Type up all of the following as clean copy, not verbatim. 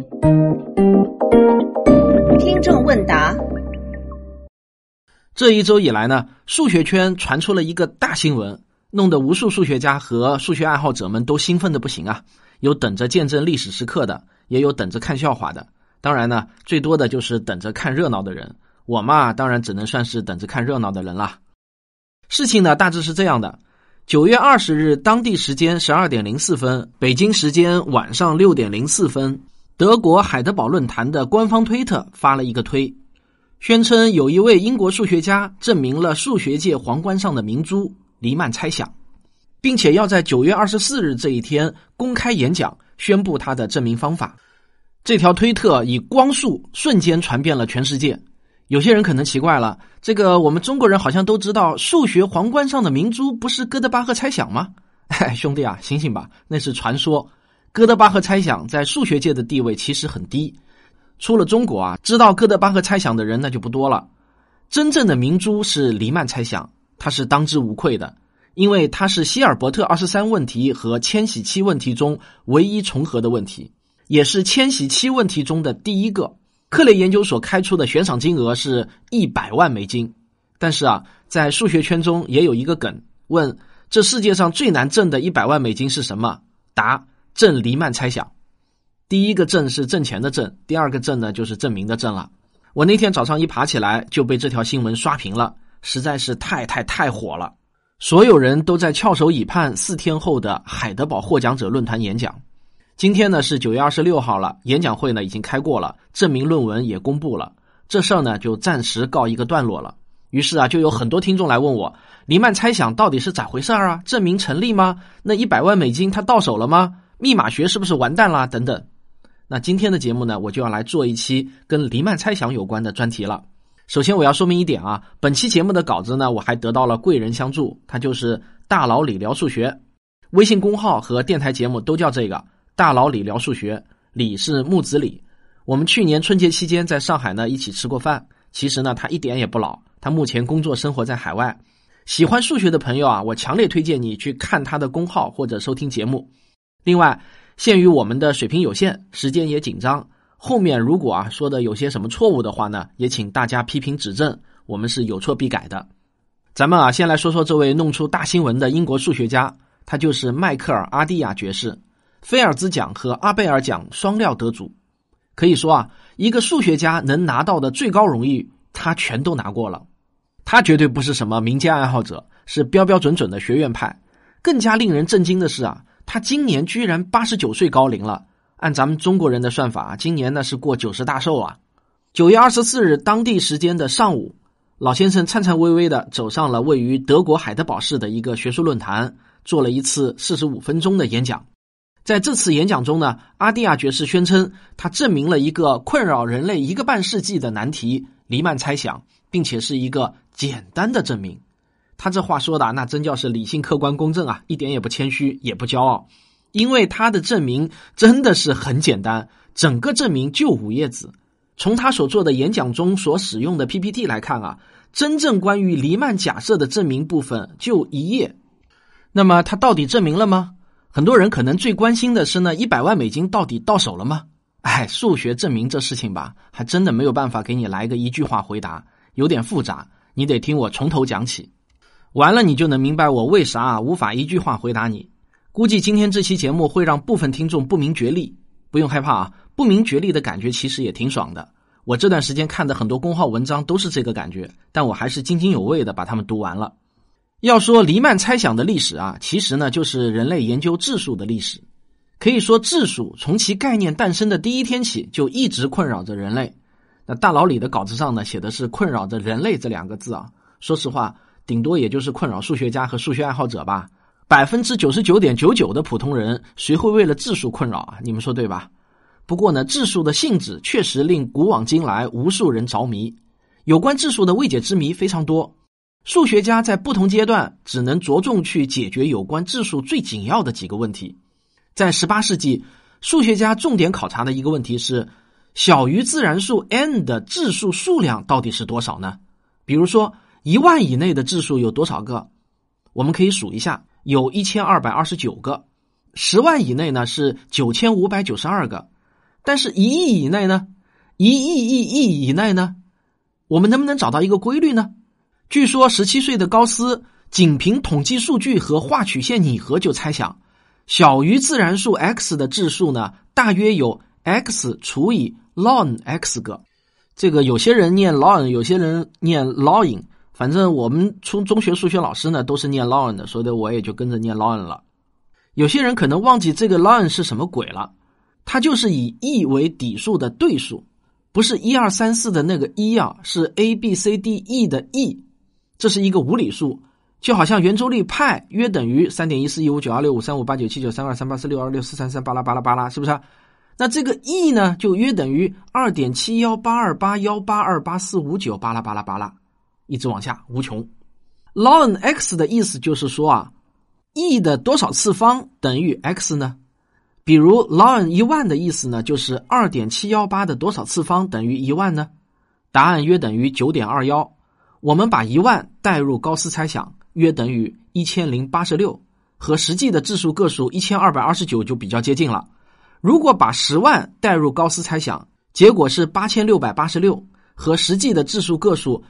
听众问答。 这一周以来呢，数学圈传出了一个大新闻，弄得无数数学家和数学爱好者们都兴奋的不行啊！有等着见证历史时刻的，也有等着看笑话的。当然呢，最多的就是等着看热闹的人。我嘛，当然只能算是等着看热闹的人啦。事情呢，大致是这样的：9月20日当地时间12点04分，北京时间晚上6点04分，德国海德堡论坛的官方推特发了一个推，宣称有一位英国数学家证明了数学界皇冠上的明珠黎曼猜想，并且要在9月24日这一天公开演讲，宣布他的证明方法。这条推特以光速瞬间传遍了全世界。有些人可能奇怪了，这个我们中国人好像都知道，数学皇冠上的明珠不是哥德巴赫猜想吗？兄弟啊，醒醒吧，那是传说。哥德巴赫猜想在数学界的地位其实很低，除了中国啊，知道哥德巴赫猜想的人那就不多了。真正的明珠是黎曼猜想，它是当之无愧的，因为它是希尔伯特23问题和千禧7问题中唯一重合的问题，也是千禧7问题中的第一个。克雷研究所开出的悬赏金额是100万美金。但是啊，在数学圈中也有一个梗，问这世界上最难挣的100万美金是什么？答：挣黎曼猜想。第一个挣是挣钱的挣，第二个挣呢就是证明的挣了。我那天早上一爬起来就被这条新闻刷屏了，实在是太火了。所有人都在翘首以盼4天后的海德堡获奖者论坛演讲。今天呢是9月26号了，演讲会呢已经开过了，证明论文也公布了，这事儿呢就暂时告一个段落了。于是啊，就有很多听众来问我，黎曼猜想到底是咋回事啊？证明成立吗？那100万美金他到手了吗？密码学是不是完蛋啦？等等。那今天的节目呢，我就要来做一期跟黎曼猜想有关的专题了。首先我要说明一点啊，本期节目的稿子呢，我还得到了贵人相助，他就是大佬李聊数学，微信公号和电台节目都叫这个大佬李聊数学，李是木子李。我们去年春节期间在上海呢一起吃过饭，其实呢他一点也不老，他目前工作生活在海外。喜欢数学的朋友啊，我强烈推荐你去看他的公号或者收听节目。另外，限于我们的水平有限，时间也紧张，后面如果啊说的有些什么错误的话呢，也请大家批评指正，我们是有错必改的。咱们啊先来说说这位弄出大新闻的英国数学家，他就是迈克尔·阿蒂亚爵士，菲尔兹奖和阿贝尔奖双料得主。可以说啊，一个数学家能拿到的最高荣誉，他全都拿过了。他绝对不是什么民间爱好者，是标标准准的学院派。更加令人震惊的是啊，他今年居然89岁高龄了。按咱们中国人的算法，今年呢是过90大寿啊。9月24日当地时间的上午，老先生颤颤巍巍地走上了位于德国海德堡市的一个学术论坛，做了一次45分钟的演讲。在这次演讲中呢，阿蒂亚爵士宣称他证明了一个困扰人类1个半世纪的难题黎曼猜想，并且是一个简单的证明。他这话说的那真叫是理性客观公正啊，一点也不谦虚也不骄傲。因为他的证明真的是很简单，整个证明就5页纸。从他所做的演讲中所使用的 PPT 来看啊，真正关于黎曼假设的证明部分就1页。那么他到底证明了吗？很多人可能最关心的是呢，100万美金到底到手了吗？数学证明这事情吧，还真的没有办法给你来个一句话回答，有点复杂，你得听我从头讲起。完了你就能明白我为啥无法一句话回答你。估计今天这期节目会让部分听众不明觉厉，不用害怕啊，不明觉厉的感觉其实也挺爽的。我这段时间看的很多公号文章都是这个感觉，但我还是津津有味的把它们读完了。要说黎曼猜想的历史啊，其实呢就是人类研究质数的历史。可以说质数从其概念诞生的第一天起就一直困扰着人类。那大佬李的稿子上呢写的是困扰着人类这2个字啊，说实话顶多也就是困扰数学家和数学爱好者吧。99.99% 的普通人谁会为了质数困扰啊？你们说对吧？不过呢，质数的性质确实令古往今来无数人着迷，有关质数的未解之谜非常多。数学家在不同阶段只能着重去解决有关质数最紧要的几个问题。在18世纪，数学家重点考察的一个问题是，小于自然数 n 的质数数量到底是多少呢？比如说1万以内的质数有多少个？我们可以数一下，有1229个。10万以内呢是9592个。 但是1亿以内呢？1亿以内呢？我们能不能找到一个规律呢？据说17岁的高斯仅凭统计数据和画曲线拟合就猜想，小于自然数 x 的质数呢，大约有 x 除以 ln x 个。这个有些人念 ln， 有些人念 ln， 反正我们中学数学老师呢都是念 ln 的，所以我也就跟着念 ln 了。有些人可能忘记这个 ln 是什么鬼了，它就是以 e 为底数的对数，不是1 2 3 4的那个1啊，是 a b c d e 的 e， 这是一个无理数，就好像圆周率派约等于 3.1415926535897932384626433巴拉巴拉巴拉，是不是？那这个 e 呢就约等于 2.7182818284598巴拉巴拉巴拉，一直往下无穷。ln x 的意思就是说啊 e 的多少次方等于 x 呢？比如 ln 10000的意思呢，就是 2.718 的多少次方等于10000呢？答案约等于 9.21。 我们把10000代入高斯猜想，约等于1086，和实际的质数个数1229就比较接近了。如果把10万代入高斯猜想，结果是8686，和实际的质数个数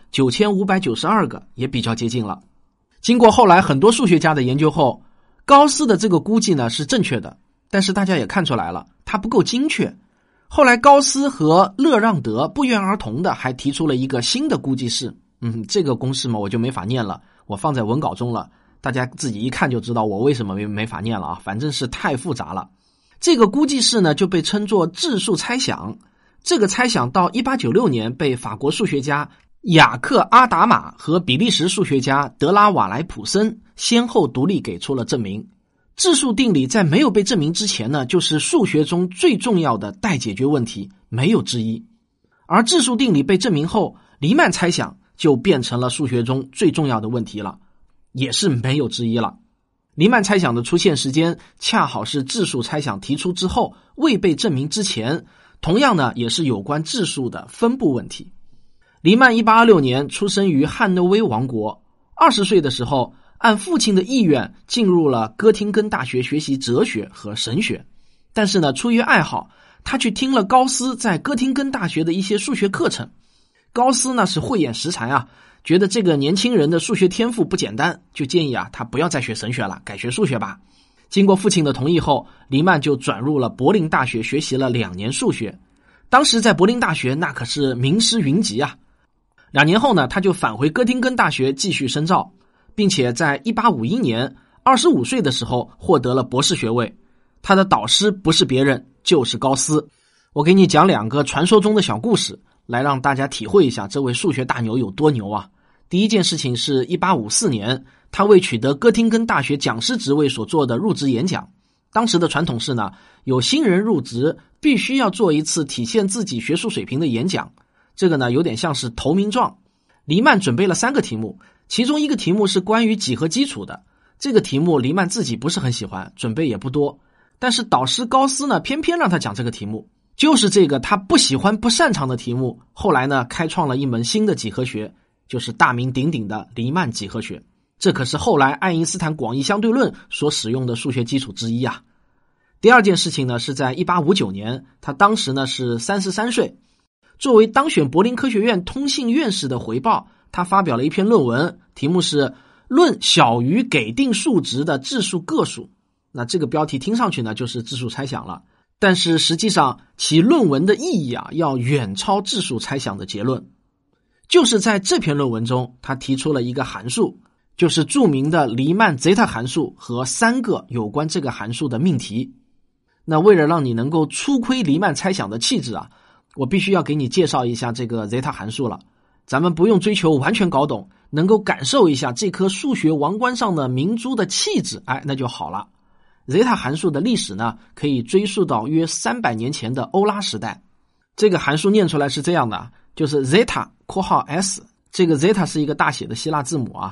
9592个也比较接近了。经过后来很多数学家的研究后，高斯的这个估计呢是正确的，但是大家也看出来了，它不够精确。后来高斯和勒让德不约而同的还提出了一个新的估计式，这个公式嘛我就没法念了，我放在文稿中了，大家自己一看就知道我为什么没法念了啊，反正是太复杂了。这个估计式呢就被称作质数猜想，这个猜想到1896年被法国数学家雅克·阿达玛和比利时数学家德拉瓦莱普森先后独立给出了证明。质数定理在没有被证明之前呢，就是数学中最重要的待解决问题，没有之一。而质数定理被证明后，黎曼猜想就变成了数学中最重要的问题了，也是没有之一了。黎曼猜想的出现时间恰好是质数猜想提出之后未被证明之前，同样呢也是有关质数的分布问题。黎曼1826年出生于汉诺威王国，20岁的时候按父亲的意愿进入了哥廷根大学学习哲学和神学，但是呢出于爱好，他去听了高斯在哥廷根大学的一些数学课程。高斯呢是慧眼识才啊，觉得这个年轻人的数学天赋不简单，就建议他不要再学神学了，改学数学吧。经过父亲的同意后，黎曼就转入了柏林大学学习了2年数学。当时在柏林大学那可是名师云集啊。2年后呢，他就返回哥廷根大学继续深造，并且在1851年25岁的时候获得了博士学位。他的导师不是别人，就是高斯。我给你讲2个传说中的小故事，来让大家体会一下这位数学大牛有多牛啊。第一件事情是1854年，他为取得哥廷根大学讲师职位所做的入职演讲。当时的传统是呢，有新人入职必须要做一次体现自己学术水平的演讲，这个呢有点像是投名状。黎曼准备了3个题目，其中一个题目是关于几何基础的，这个题目黎曼自己不是很喜欢，准备也不多，但是导师高斯呢偏偏让他讲这个题目，就是这个他不喜欢不擅长的题目，后来呢开创了一门新的几何学，就是大名鼎鼎的黎曼几何学。这可是后来爱因斯坦广义相对论所使用的数学基础之一啊。第二件事情呢是在1859年，他当时呢是33岁，作为当选柏林科学院通信院士的回报，他发表了一篇论文，题目是论小于给定数值的质数个数。那这个标题听上去呢就是质数猜想了，但是实际上其论文的意义要远超质数猜想的结论。就是在这篇论文中，他提出了一个函数，就是著名的黎曼 zeta 函数和3个有关这个函数的命题。那为了让你能够粗窥黎曼猜想的气质我必须要给你介绍一下这个 zeta 函数了。咱们不用追求完全搞懂，能够感受一下这颗数学王冠上的明珠的气质，那就好了。zeta 函数的历史呢，可以追溯到约300年前的欧拉时代。这个函数念出来是这样的，就是 zeta 括号 s， 这个 zeta 是一个大写的希腊字母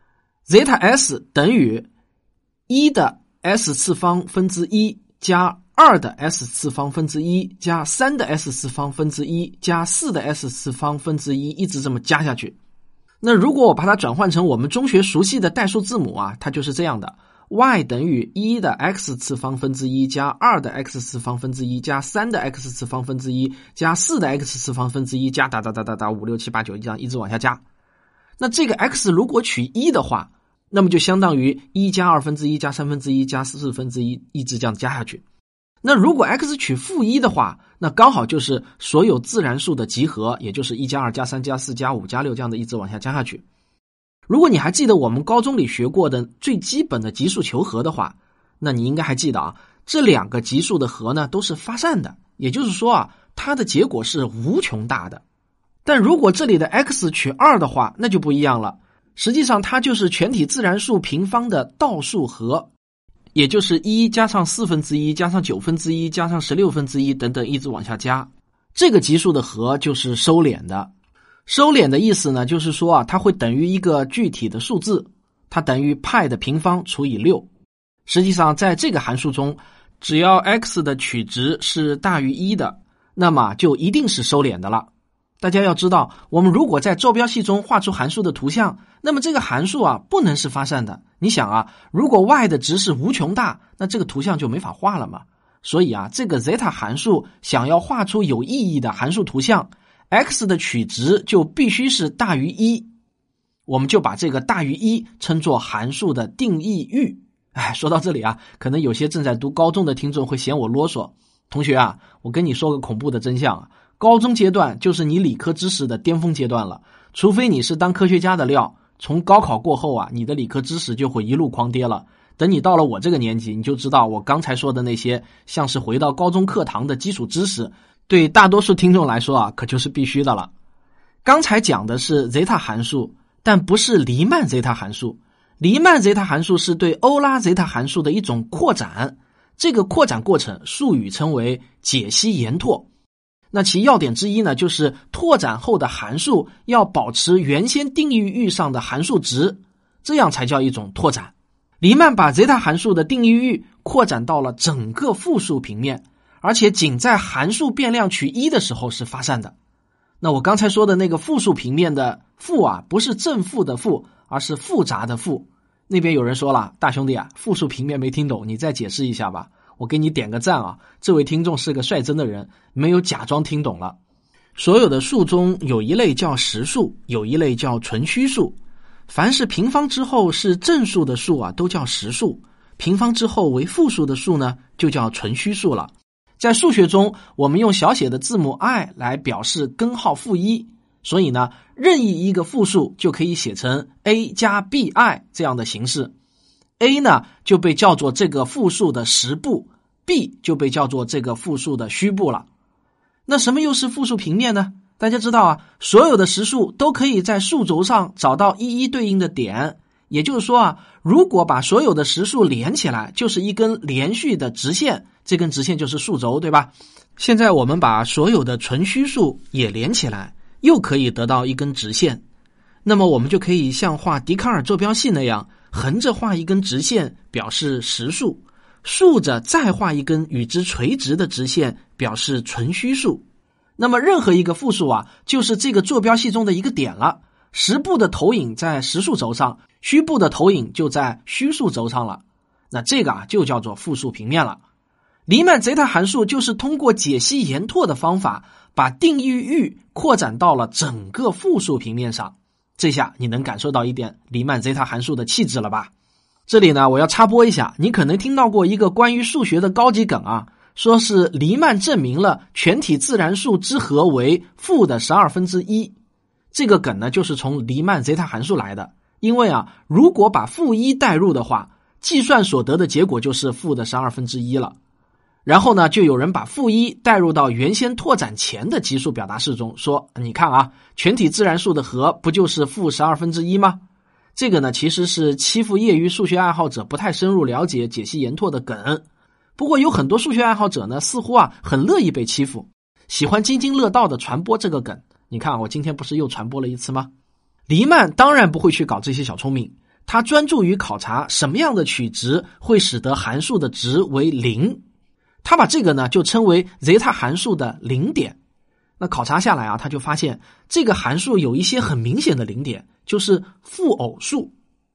zeta s 等于1的 s 次方分之1加2的 s 次方分之1加3的 s 次方分之1加4的 s 次方分之1，一直这么加下去。那如果我把它转换成我们中学熟悉的代数字母它就是这样的 y 等于1的 x 次方分之一加2的 x 次方分之一加3的 x 次方分之一加4的 x 次方分之一加5、6、7、8、9这样一直往下加。那这个 x 如果取1的话，那么就相当于1加2分之一加3分之一加4分之一一直这样加下去。那如果 x 取负1的话，那刚好就是所有自然数的集合，也就是1加2加3加4加5加6这样的一直往下加下去。如果你还记得我们高中里学过的最基本的级数求和的话，那你应该还记得啊，这两个级数的和呢都是发散的，也就是说啊，它的结果是无穷大的。但如果这里的 x 取2的话，那就不一样了，实际上它就是全体自然数平方的倒数和，也就是1加上4分之一加上9分之一加上16分之一等等一直往下加。这个级数的和就是收敛的。收敛的意思呢，就是说啊，它会等于一个具体的数字，它等于派的平方除以6。实际上在这个函数中，只要 x 的取值是大于1的，那么就一定是收敛的了。大家要知道，我们如果在坐标系中画出函数的图像，那么这个函数啊不能是发散的。你想啊，如果 y 的值是无穷大，那这个图像就没法画了嘛。所以啊，这个 zeta 函数想要画出有意义的函数图像， x 的取值就必须是大于1。我们就把这个大于1称作函数的定义域。说到这里啊，可能有些正在读高中的听众会嫌我啰嗦。同学啊，我跟你说个恐怖的真相啊，高中阶段就是你理科知识的巅峰阶段了，除非你是当科学家的料，从高考过后啊，你的理科知识就会一路狂跌了。等你到了我这个年纪，你就知道我刚才说的那些像是回到高中课堂的基础知识，对大多数听众来说啊，可就是必须的了。刚才讲的是 zeta 函数，但不是黎曼 zeta 函数。黎曼 zeta 函数是对欧拉 zeta 函数的一种扩展，这个扩展过程术语称为解析延拓。那其要点之一呢，就是拓展后的函数要保持原先定义域上的函数值，这样才叫一种拓展。黎曼把 zeta 函数的定义域扩展到了整个复数平面，而且仅在函数变量取1的时候是发散的。那我刚才说的那个复数平面的复啊，不是正负的负，而是复杂的复。那边有人说了，大兄弟啊，复数平面没听懂，你再解释一下吧。我给你点个赞啊，这位听众是个率真的人，没有假装听懂了。所有的数中有一类叫实数，有一类叫纯虚数。凡是平方之后是正数的数啊，都叫实数；平方之后为负数的数呢，就叫纯虚数了。在数学中，我们用小写的字母 i 来表示根号-1，所以呢，任意一个复数就可以写成 a 加 bi 这样的形式。a 呢就被叫做这个复数的实部， b 就被叫做这个复数的虚部了。那什么又是复数平面呢？大家知道啊，所有的实数都可以在数轴上找到一一对应的点，也就是说啊，如果把所有的实数连起来，就是一根连续的直线，这根直线就是数轴，对吧？现在我们把所有的纯虚数也连起来，又可以得到一根直线。那么我们就可以像画笛卡尔坐标系那样，横着画一根直线表示实数，竖着再画一根与之垂直的直线表示纯虚数。那么任何一个复数啊，就是这个坐标系中的一个点了。实部的投影在实数轴上，虚部的投影就在虚数轴上了。那这个啊，就叫做复数平面了。黎曼 zeta 函数就是通过解析延拓的方法，把定义域扩展到了整个复数平面上。这下你能感受到一点黎曼 zeta 函数的气质了吧？这里呢，我要插播一下，你可能听到过一个关于数学的高级梗啊，说是黎曼证明了全体自然数之和为负的12分之一。这个梗呢，就是从黎曼 zeta 函数来的。因为啊，如果把-1代入的话，计算所得的结果就是负的12分之一了。然后呢，就有人把-1代入到原先拓展前的级数表达式中，说你看啊，全体自然数的和不就是负12分之一吗？这个呢，其实是欺负业余数学爱好者不太深入了解解析延拓的梗。不过有很多数学爱好者呢，似乎啊很乐意被欺负，喜欢津津乐道的传播这个梗。你看我今天不是又传播了一次吗？黎曼当然不会去搞这些小聪明，他专注于考察什么样的取值会使得函数的值为0。他把这个呢就称为 zeta 函数的0点。那考察下来啊，他就发现这个函数有一些很明显的0点，就是负偶数。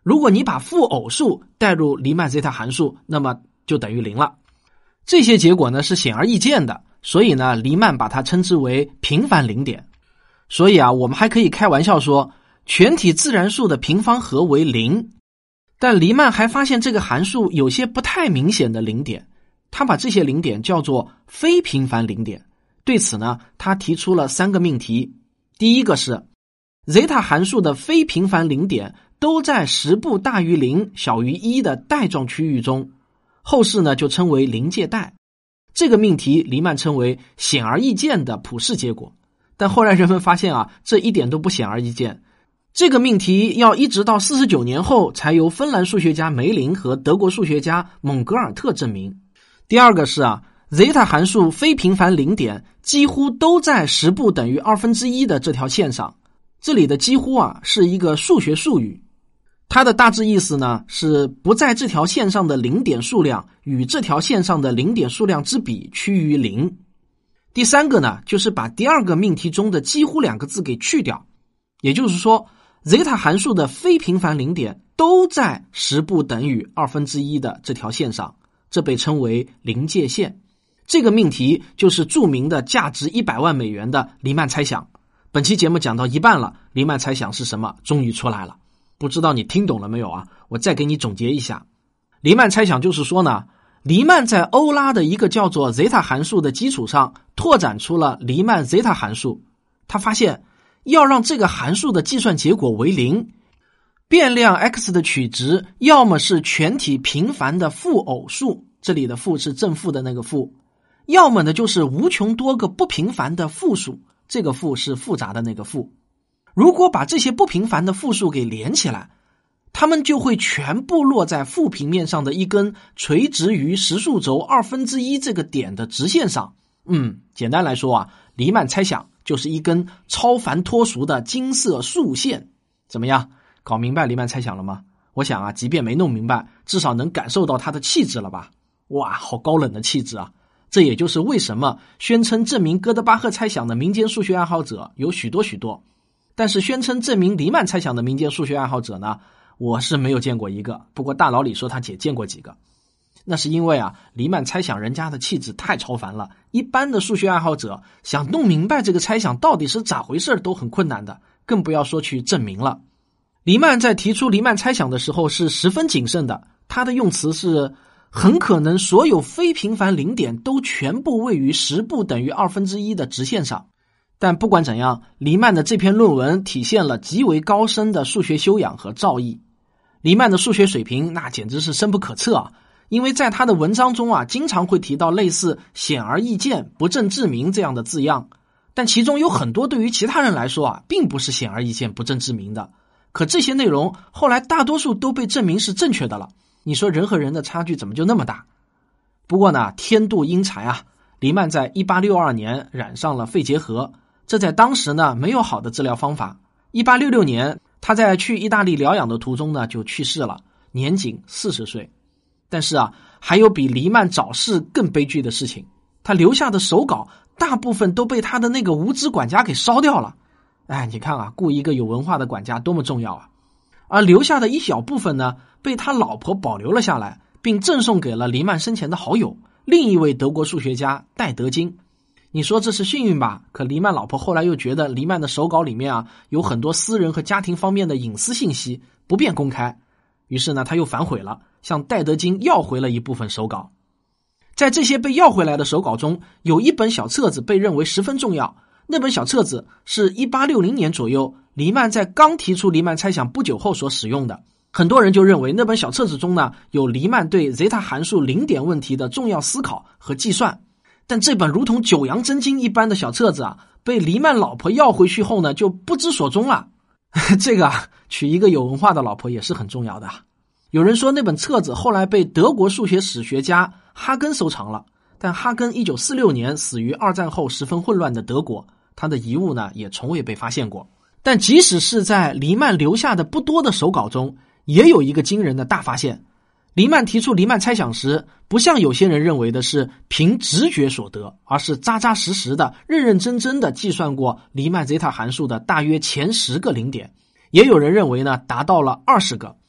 如果你把负偶数带入黎曼 zeta 函数，那么就等于0了。这些结果呢是显而易见的，所以呢黎曼把它称之为平凡零点。所以我们还可以开玩笑说全体自然数的平方和为0。但黎曼还发现这个函数有些不太明显的零点，他把这些零点叫做非平凡零点。对此呢，他提出了3个命题。第一个是 zeta 函数的非平凡零点都在实部大于0小于1的带状区域中，后世呢就称为临界带。这个命题黎曼称为显而易见的普适结果。但后来人们发现这一点都不显而易见。这个命题要一直到49年后才由芬兰数学家梅林和德国数学家蒙格尔特证明。第二个是zeta 函数非平凡零点几乎都在实部等于1/2的这条线上。这里的几乎是一个数学术语，它的大致意思呢是不在这条线上的零点数量与这条线上的零点数量之比趋于0。第三个呢就是把第二个命题中的几乎2个字给去掉，也就是说zeta 函数的非平凡零点都在实部等于1/2的这条线上，这被称为临界线。这个命题就是著名的价值100万美元的黎曼猜想。本期节目讲到一半了，黎曼猜想是什么终于出来了，不知道你听懂了没有我再给你总结一下。黎曼猜想就是说呢，黎曼在欧拉的一个叫做 zeta 函数的基础上拓展出了黎曼 zeta 函数。他发现要让这个函数的计算结果为0，变量 x 的取值要么是全体平凡的负偶数，这里的负是正负的那个负，要么呢就是无穷多个不平凡的负数，这个负是复杂的那个负。如果把这些不平凡的负数给连起来，它们就会全部落在负平面上的一根垂直于实数轴1/2这个点的直线上。简单来说黎曼猜想就是一根超凡脱俗的金色竖线。怎么样，搞明白黎曼猜想了吗？我想即便没弄明白，至少能感受到它的气质了吧？哇，好高冷的气质啊！这也就是为什么宣称证明哥德巴赫猜想的民间数学爱好者有许多，但是宣称证明黎曼猜想的民间数学爱好者呢，我是没有见过一个。不过大佬李说他姐见过几个。那是因为黎曼猜想人家的气质太超凡了，一般的数学爱好者想弄明白这个猜想到底是咋回事都很困难的，更不要说去证明了。黎曼在提出黎曼猜想的时候是十分谨慎的，他的用词是很可能所有非平凡零点都全部位于实部等于1/2的直线上。但不管怎样，黎曼的这篇论文体现了极为高深的数学修养和造诣。黎曼的数学水平那简直是深不可测因为在他的文章中经常会提到类似显而易见、不证自明这样的字样，但其中有很多对于其他人来说并不是显而易见、不证自明的。可这些内容后来大多数都被证明是正确的了。你说人和人的差距怎么就那么大？不过呢，天妒英才黎曼在1862年染上了肺结核，这在当时呢没有好的治疗方法。1866年他在去意大利疗养的途中呢就去世了，年仅40岁。但是还有比黎曼早逝更悲剧的事情，他留下的手稿大部分都被他的那个无知管家给烧掉了。你看雇一个有文化的管家多么重要而留下的一小部分呢，被他老婆保留了下来，并赠送给了黎曼生前的好友，另一位德国数学家戴德金。你说这是幸运吧？可黎曼老婆后来又觉得黎曼的手稿里面有很多私人和家庭方面的隐私信息，不便公开。于是呢，他又反悔了，向戴德金要回了一部分手稿。在这些被要回来的手稿中，有一本小册子被认为十分重要。那本小册子是1860年左右黎曼在刚提出黎曼猜想不久后所使用的。很多人就认为那本小册子中呢，有黎曼对 zeta 函数零点问题的重要思考和计算。但这本如同九阳真经一般的小册子被黎曼老婆要回去后呢，就不知所踪了。这个娶一个有文化的老婆也是很重要的。有人说那本册子后来被德国数学史学家哈根收藏了，但哈根1946年死于二战后十分混乱的德国，他的遗物呢也从未被发现过。但即使是在黎曼留下的不多的手稿中，也有一个惊人的大发现。黎曼提出黎曼猜想时，不像有些人认为的是凭直觉所得，而是扎扎实实的、认认真真的计算过黎曼 zeta 函数的大约前10个零点。也有人认为呢达到了20个。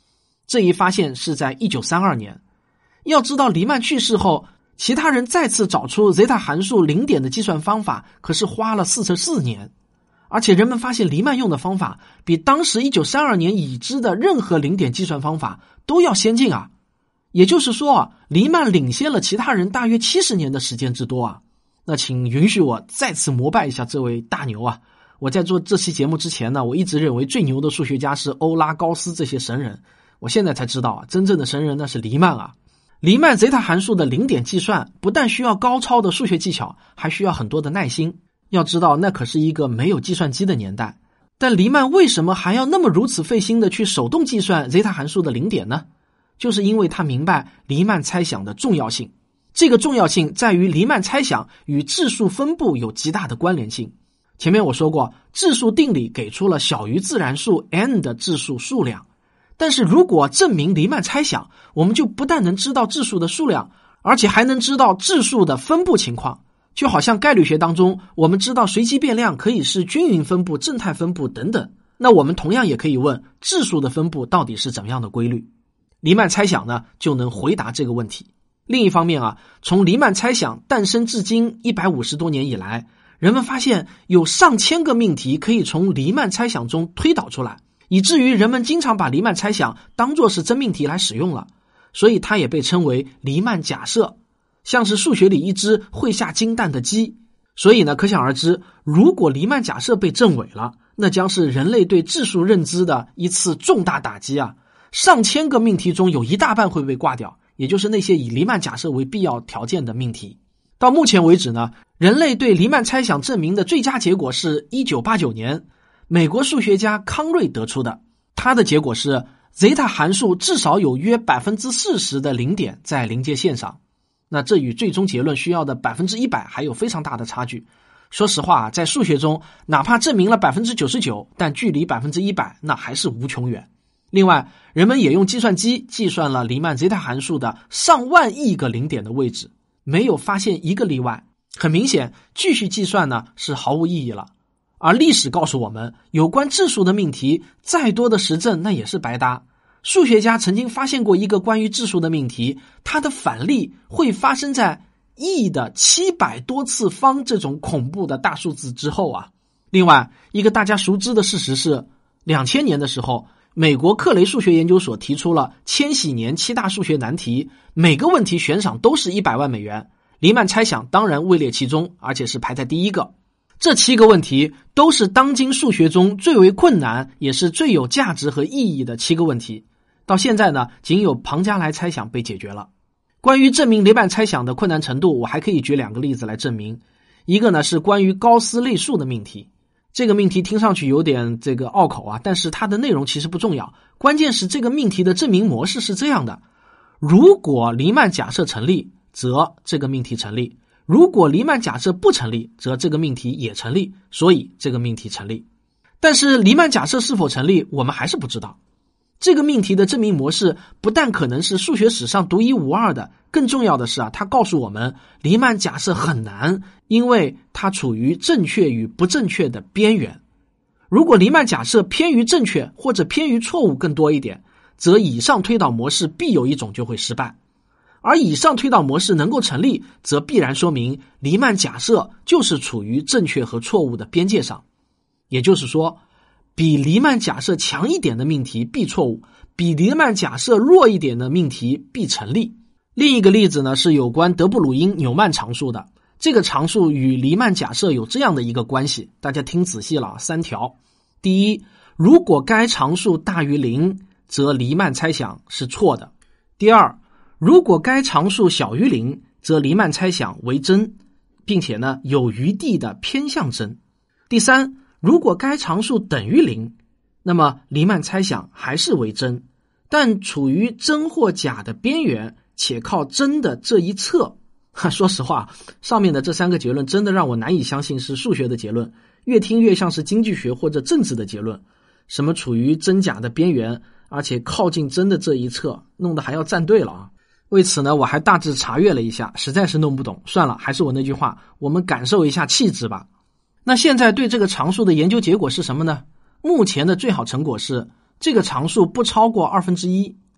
这一发现是在1932年。要知道黎曼去世后，其他人再次找出 zeta 函数零点的计算方法可是花了44年，而且人们发现黎曼用的方法比当时1932年已知的任何零点计算方法都要先进啊。也就是说黎曼领先了其他人大约70年的时间之多啊。那请允许我再次膜拜一下这位大牛啊。我在做这期节目之前呢，我一直认为最牛的数学家是欧拉、高斯这些神人，我现在才知道啊，真正的神人那是黎曼啊。黎曼 zeta 函数的零点计算不但需要高超的数学技巧，还需要很多的耐心。要知道那可是一个没有计算机的年代，但黎曼为什么还要那么如此费心的去手动计算 zeta 函数的零点呢？就是因为他明白黎曼猜想的重要性。这个重要性在于黎曼猜想与质数分布有极大的关联性。前面我说过，质数定理给出了小于自然数 n 的质数数量，但是如果证明黎曼猜想，我们就不但能知道质数的数量，而且还能知道质数的分布情况。就好像概率学当中，我们知道随机变量可以是均匀分布、正态分布等等，那我们同样也可以问质数的分布到底是怎么样的规律。黎曼猜想呢，就能回答这个问题。另一方面啊，从黎曼猜想诞生至今150多年以来，人们发现有上千个命题可以从黎曼猜想中推导出来，以至于人们经常把黎曼猜想当作是真命题来使用了，所以它也被称为黎曼假设，像是数学里一只会下金蛋的鸡。所以呢，可想而知，如果黎曼假设被证伪了，那将是人类对质数认知的一次重大打击啊！上千个命题中有一大半会被挂掉，也就是那些以黎曼假设为必要条件的命题。到目前为止呢，人类对黎曼猜想证明的最佳结果是1989年美国数学家康瑞得出的，他的结果是 zeta 函数至少有约 40% 的零点在临界线上。那这与最终结论需要的 100% 还有非常大的差距。说实话，在数学中哪怕证明了 99%， 但距离 100% 那还是无穷远。另外，人们也用计算机计算了黎曼 zeta 函数的上万亿个零点的位置，没有发现一个例外。很明显，继续计算呢是毫无意义了。而历史告诉我们，有关质数的命题再多的实证那也是白搭。数学家曾经发现过一个关于质数的命题，它的反例会发生在 e 的700多次方这种恐怖的大数字之后啊。另外，一个大家熟知的事实是，2000年的时候，美国克雷数学研究所提出了千禧年7大数学难题，每个问题悬赏都是100万美元。黎曼猜想当然位列其中，而且是排在第一个。这7个问题都是当今数学中最为困难，也是最有价值和意义的7个问题。到现在呢，仅有庞加莱猜想被解决了。关于证明黎曼猜想的困难程度，我还可以举2个例子来证明。一个呢是关于高斯类数的命题。这个命题听上去有点拗口啊，但是它的内容其实不重要，关键是这个命题的证明模式是这样的：如果黎曼假设成立，则这个命题成立；如果黎曼假设不成立，则这个命题也成立，所以这个命题成立。但是黎曼假设是否成立，我们还是不知道。这个命题的证明模式不但可能是数学史上独一无二的，更重要的是它告诉我们黎曼假设很难，因为它处于正确与不正确的边缘。如果黎曼假设偏于正确或者偏于错误更多一点，则以上推导模式必有一种就会失败。而以上推导模式能够成立，则必然说明黎曼假设就是处于正确和错误的边界上。也就是说，比黎曼假设强一点的命题必错误，比黎曼假设弱一点的命题必成立。另一个例子呢，是有关德布鲁因纽曼常数的。这个常数与黎曼假设有这样的一个关系，大家听仔细了，3条。第一，如果该常数大于0，则黎曼猜想是错的。第二，如果该常数小于0，则黎曼猜想为真，并且呢有余地的偏向真。第三，如果该常数等于0，那么黎曼猜想还是为真，但处于真或假的边缘，且靠真的这一侧。说实话，上面的这3个结论真的让我难以相信是数学的结论，越听越像是经济学或者政治的结论。什么处于真假的边缘，而且靠近真的这一侧，弄得还要站队了啊！为此呢，我还大致查阅了一下，实在是弄不懂。算了，还是我那句话，我们感受一下气质吧。那现在对这个常数的研究结果是什么呢？目前的最好成果是，这个常数不超过1/2。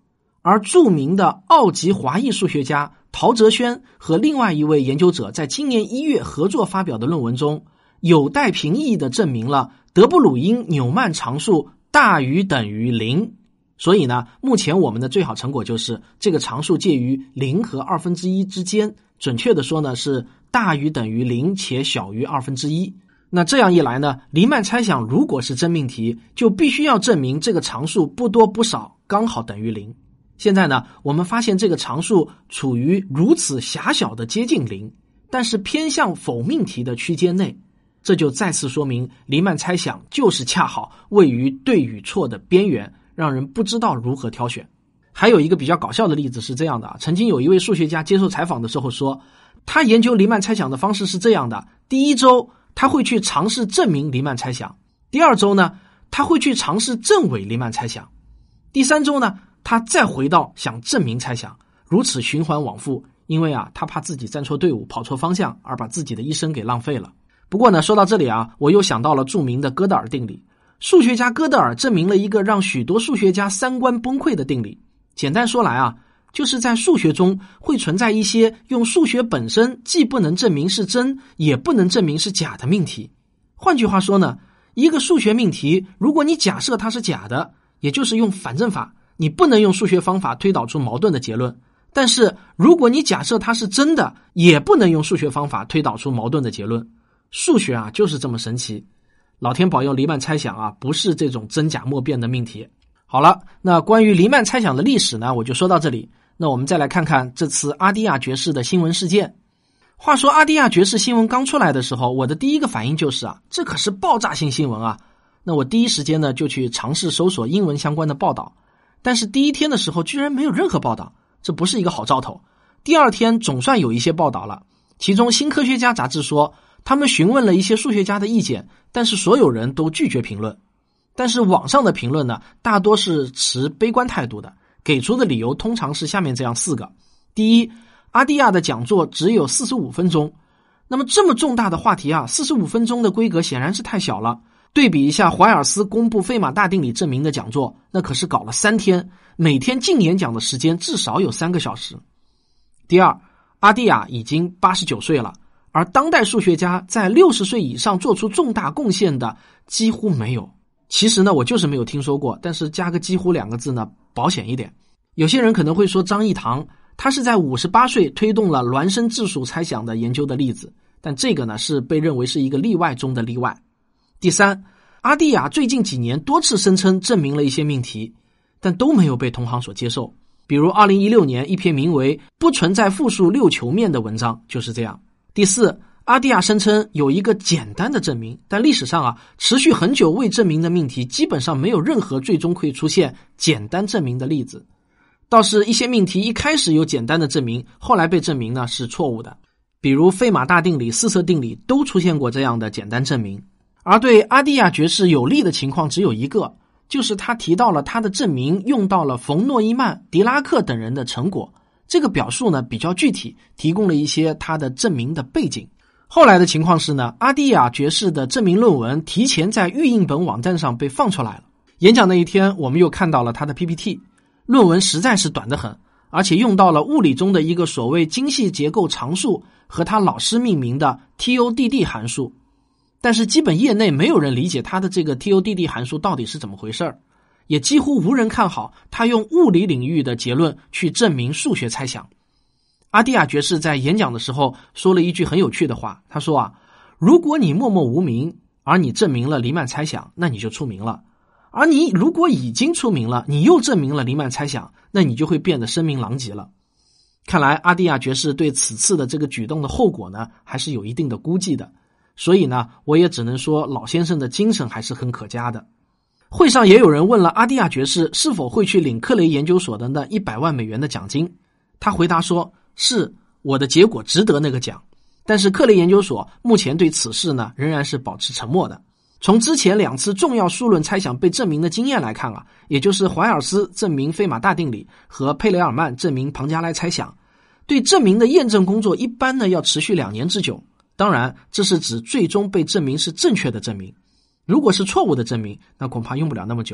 而著名的澳籍华裔数学家陶哲轩和另外一位研究者在今年1月合作发表的论文中，有待评议地证明了德布鲁因纽曼常数大于等于0。所以呢，目前我们的最好成果就是这个常数介于0和1/2之间，准确的说呢是大于等于0且小于1/2。那这样一来呢，黎曼猜想如果是真命题，就必须要证明这个常数不多不少，刚好等于0。现在呢，我们发现这个常数处于如此狭小的接近0，但是偏向否命题的区间内，这就再次说明黎曼猜想就是恰好位于对与错的边缘，让人不知道如何挑选。还有一个比较搞笑的例子是这样的，曾经有一位数学家接受采访的时候说，他研究黎曼猜想的方式是这样的，第一周他会去尝试证明黎曼猜想，第二周呢他会去尝试证伪黎曼猜想，第三周呢他再回到想证明猜想，如此循环往复，因为他怕自己站错队伍跑错方向而把自己的一生给浪费了。不过呢，说到这里我又想到了著名的哥德尔定理。数学家哥德尔证明了一个让许多数学家三观崩溃的定理。简单说来就是在数学中会存在一些用数学本身既不能证明是真，也不能证明是假的命题。换句话说呢，一个数学命题，如果你假设它是假的，也就是用反证法，你不能用数学方法推导出矛盾的结论。但是如果你假设它是真的，也不能用数学方法推导出矛盾的结论。数学就是这么神奇。老天保佑黎曼猜想不是这种真假莫辨的命题。好了，那关于黎曼猜想的历史呢，我就说到这里。那我们再来看看这次阿蒂亚爵士的新闻事件。话说阿蒂亚爵士新闻刚出来的时候，我的第一个反应就是这可是爆炸性新闻啊。那我第一时间呢就去尝试搜索英文相关的报道，但是第一天的时候居然没有任何报道，这不是一个好兆头。第二天总算有一些报道了，其中新科学家杂志说他们询问了一些数学家的意见，但是所有人都拒绝评论。但是网上的评论呢，大多是持悲观态度的，给出的理由通常是下面这样4个。第一，阿蒂亚的讲座只有45分钟。那么这么重大的话题45分钟的规格显然是太小了。对比一下怀尔斯公布费马大定理证明的讲座，那可是搞了3天，每天净演讲的时间至少有3个小时。第二，阿蒂亚已经89岁了，而当代数学家在60岁以上做出重大贡献的几乎没有。其实呢，我就是没有听说过，但是加个几乎2个字呢，保险一点。有些人可能会说张益唐，他是在58岁推动了孪生质数猜想的研究的例子，但这个呢是被认为是一个例外中的例外。第三，阿蒂亚最近几年多次声称证明了一些命题，但都没有被同行所接受。比如2016年一篇名为不存在复数6球面的文章就是这样。第四，阿蒂亚声称有一个简单的证明，但历史上持续很久未证明的命题基本上没有任何最终会出现简单证明的例子。倒是一些命题一开始有简单的证明，后来被证明呢是错误的。比如费马大定理、四色定理都出现过这样的简单证明。而对阿蒂亚爵士有利的情况只有一个，就是他提到了他的证明用到了冯诺依曼、狄拉克等人的成果。这个表述呢比较具体，提供了一些他的证明的背景。后来的情况是呢，阿蒂亚爵士的证明论文提前在预印本网站上被放出来了。演讲那一天，我们又看到了他的 PPT， 论文实在是短得很，而且用到了物理中的一个所谓精细结构常数和他老师命名的 TODD 函数。但是基本业内没有人理解他的这个 TODD 函数到底是怎么回事，也几乎无人看好他用物理领域的结论去证明数学猜想。阿蒂亚爵士在演讲的时候说了一句很有趣的话，他说如果你默默无名，而你证明了黎曼猜想，那你就出名了；而你如果已经出名了，你又证明了黎曼猜想，那你就会变得声名狼藉了。看来阿蒂亚爵士对此次的这个举动的后果呢，还是有一定的估计的。所以呢，我也只能说老先生的精神还是很可嘉的。会上也有人问了阿蒂亚爵士是否会去领克雷研究所的那100万美元的奖金，他回答说，是，我的结果值得那个奖。但是克雷研究所目前对此事呢仍然是保持沉默的。从之前2次重要数论猜想被证明的经验来看也就是怀尔斯证明费马大定理和佩雷尔曼证明庞加莱猜想，对证明的验证工作一般呢要持续2年之久。当然这是指最终被证明是正确的证明，如果是错误的证明，那恐怕用不了那么久，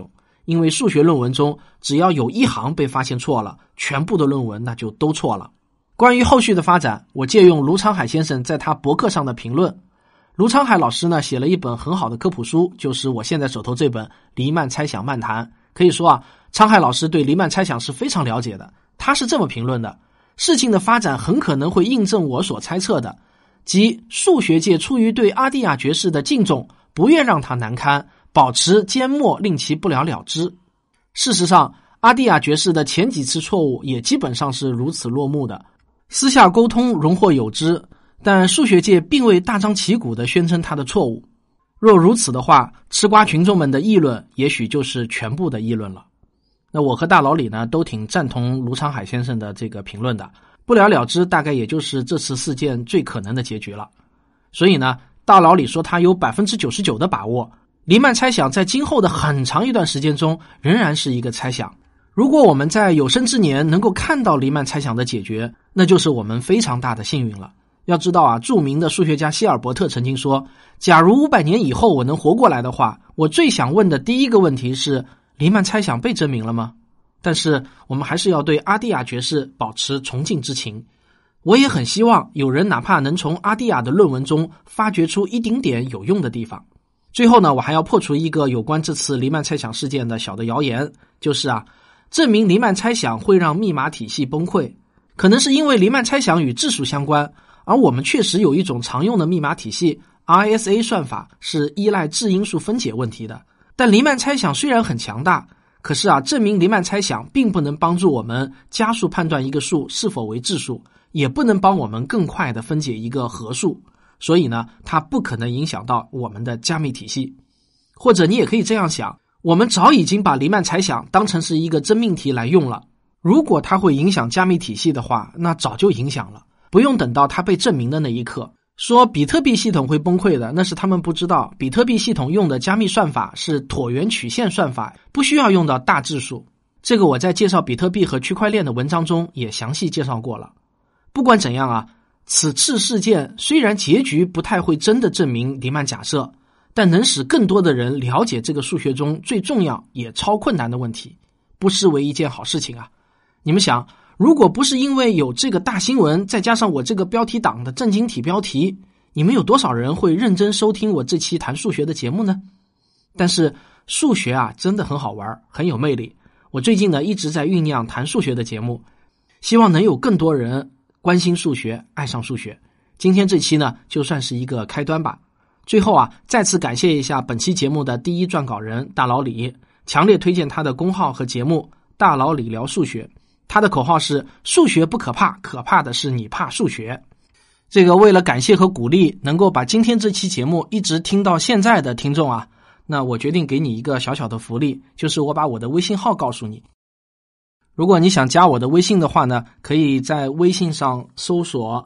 因为数学论文中只要有一行被发现错了，全部的论文那就都错了。关于后续的发展，我借用卢昌海先生在他博客上的评论。卢昌海老师呢写了一本很好的科普书，就是我现在手头这本《黎曼猜想漫谈》。可以说啊，昌海老师对黎曼猜想是非常了解的。他是这么评论的：事情的发展很可能会印证我所猜测的，即数学界出于对阿蒂亚爵士的敬重，不愿让他难堪，保持缄默，令其不了了之。事实上，阿蒂亚爵士的前几次错误也基本上是如此落幕的。私下沟通容或有之，但数学界并未大张旗鼓地宣称他的错误。若如此的话，吃瓜群众们的议论也许就是全部的议论了。那我和大老李呢都挺赞同卢昌海先生的这个评论的，不了了之大概也就是这次事件最可能的结局了。所以呢，大老李说他有 99% 的把握，黎曼猜想在今后的很长一段时间中仍然是一个猜想。如果我们在有生之年能够看到黎曼猜想的解决，那就是我们非常大的幸运了。要知道啊，著名的数学家希尔伯特曾经说，假如500年以后我能活过来的话，我最想问的第一个问题是，黎曼猜想被证明了吗？但是我们还是要对阿蒂亚爵士保持崇敬之情。我也很希望有人哪怕能从阿蒂亚的论文中发掘出一丁点有用的地方。最后呢，我还要破除一个有关这次黎曼猜想事件的小的谣言，就是啊，证明黎曼猜想会让密码体系崩溃，可能是因为黎曼猜想与质数相关，而我们确实有一种常用的密码体系 RSA 算法是依赖质因数分解问题的。但黎曼猜想虽然很强大，可是啊，证明黎曼猜想并不能帮助我们加速判断一个数是否为质数，也不能帮我们更快地分解一个合数，所以呢，它不可能影响到我们的加密体系。或者你也可以这样想，我们早已经把黎曼猜想当成是一个真命题来用了，如果它会影响加密体系的话，那早就影响了，不用等到它被证明的那一刻。说比特币系统会崩溃的，那是他们不知道，比特币系统用的加密算法是椭圆曲线算法，不需要用到大质数。这个我在介绍比特币和区块链的文章中也详细介绍过了。不管怎样啊，此次事件虽然结局不太会真的证明黎曼假设，但能使更多的人了解这个数学中最重要也超困难的问题，不失为一件好事情啊。你们想，如果不是因为有这个大新闻，再加上我这个标题党的正经体标题，你们有多少人会认真收听我这期谈数学的节目呢？但是数学啊，真的很好玩，很有魅力。我最近呢一直在酝酿谈数学的节目，希望能有更多人关心数学，爱上数学。今天这期呢就算是一个开端吧。最后啊，再次感谢一下本期节目的第一撰稿人大老李，强烈推荐他的公号和节目大老李聊数学。他的口号是数学不可怕，可怕的是你怕数学。这个为了感谢和鼓励能够把今天这期节目一直听到现在的听众啊，那我决定给你一个小小的福利，就是我把我的微信号告诉你。如果你想加我的微信的话呢，可以在微信上搜索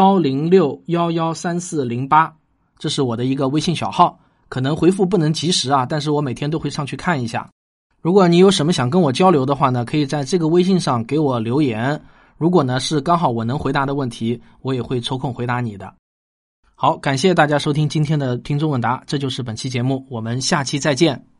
106113408，这是我的一个微信小号，可能回复不能及时啊，但是我每天都会上去看一下。如果你有什么想跟我交流的话呢，可以在这个微信上给我留言，如果呢是刚好我能回答的问题，我也会抽空回答你的。好，感谢大家收听今天的听众问答，这就是本期节目，我们下期再见。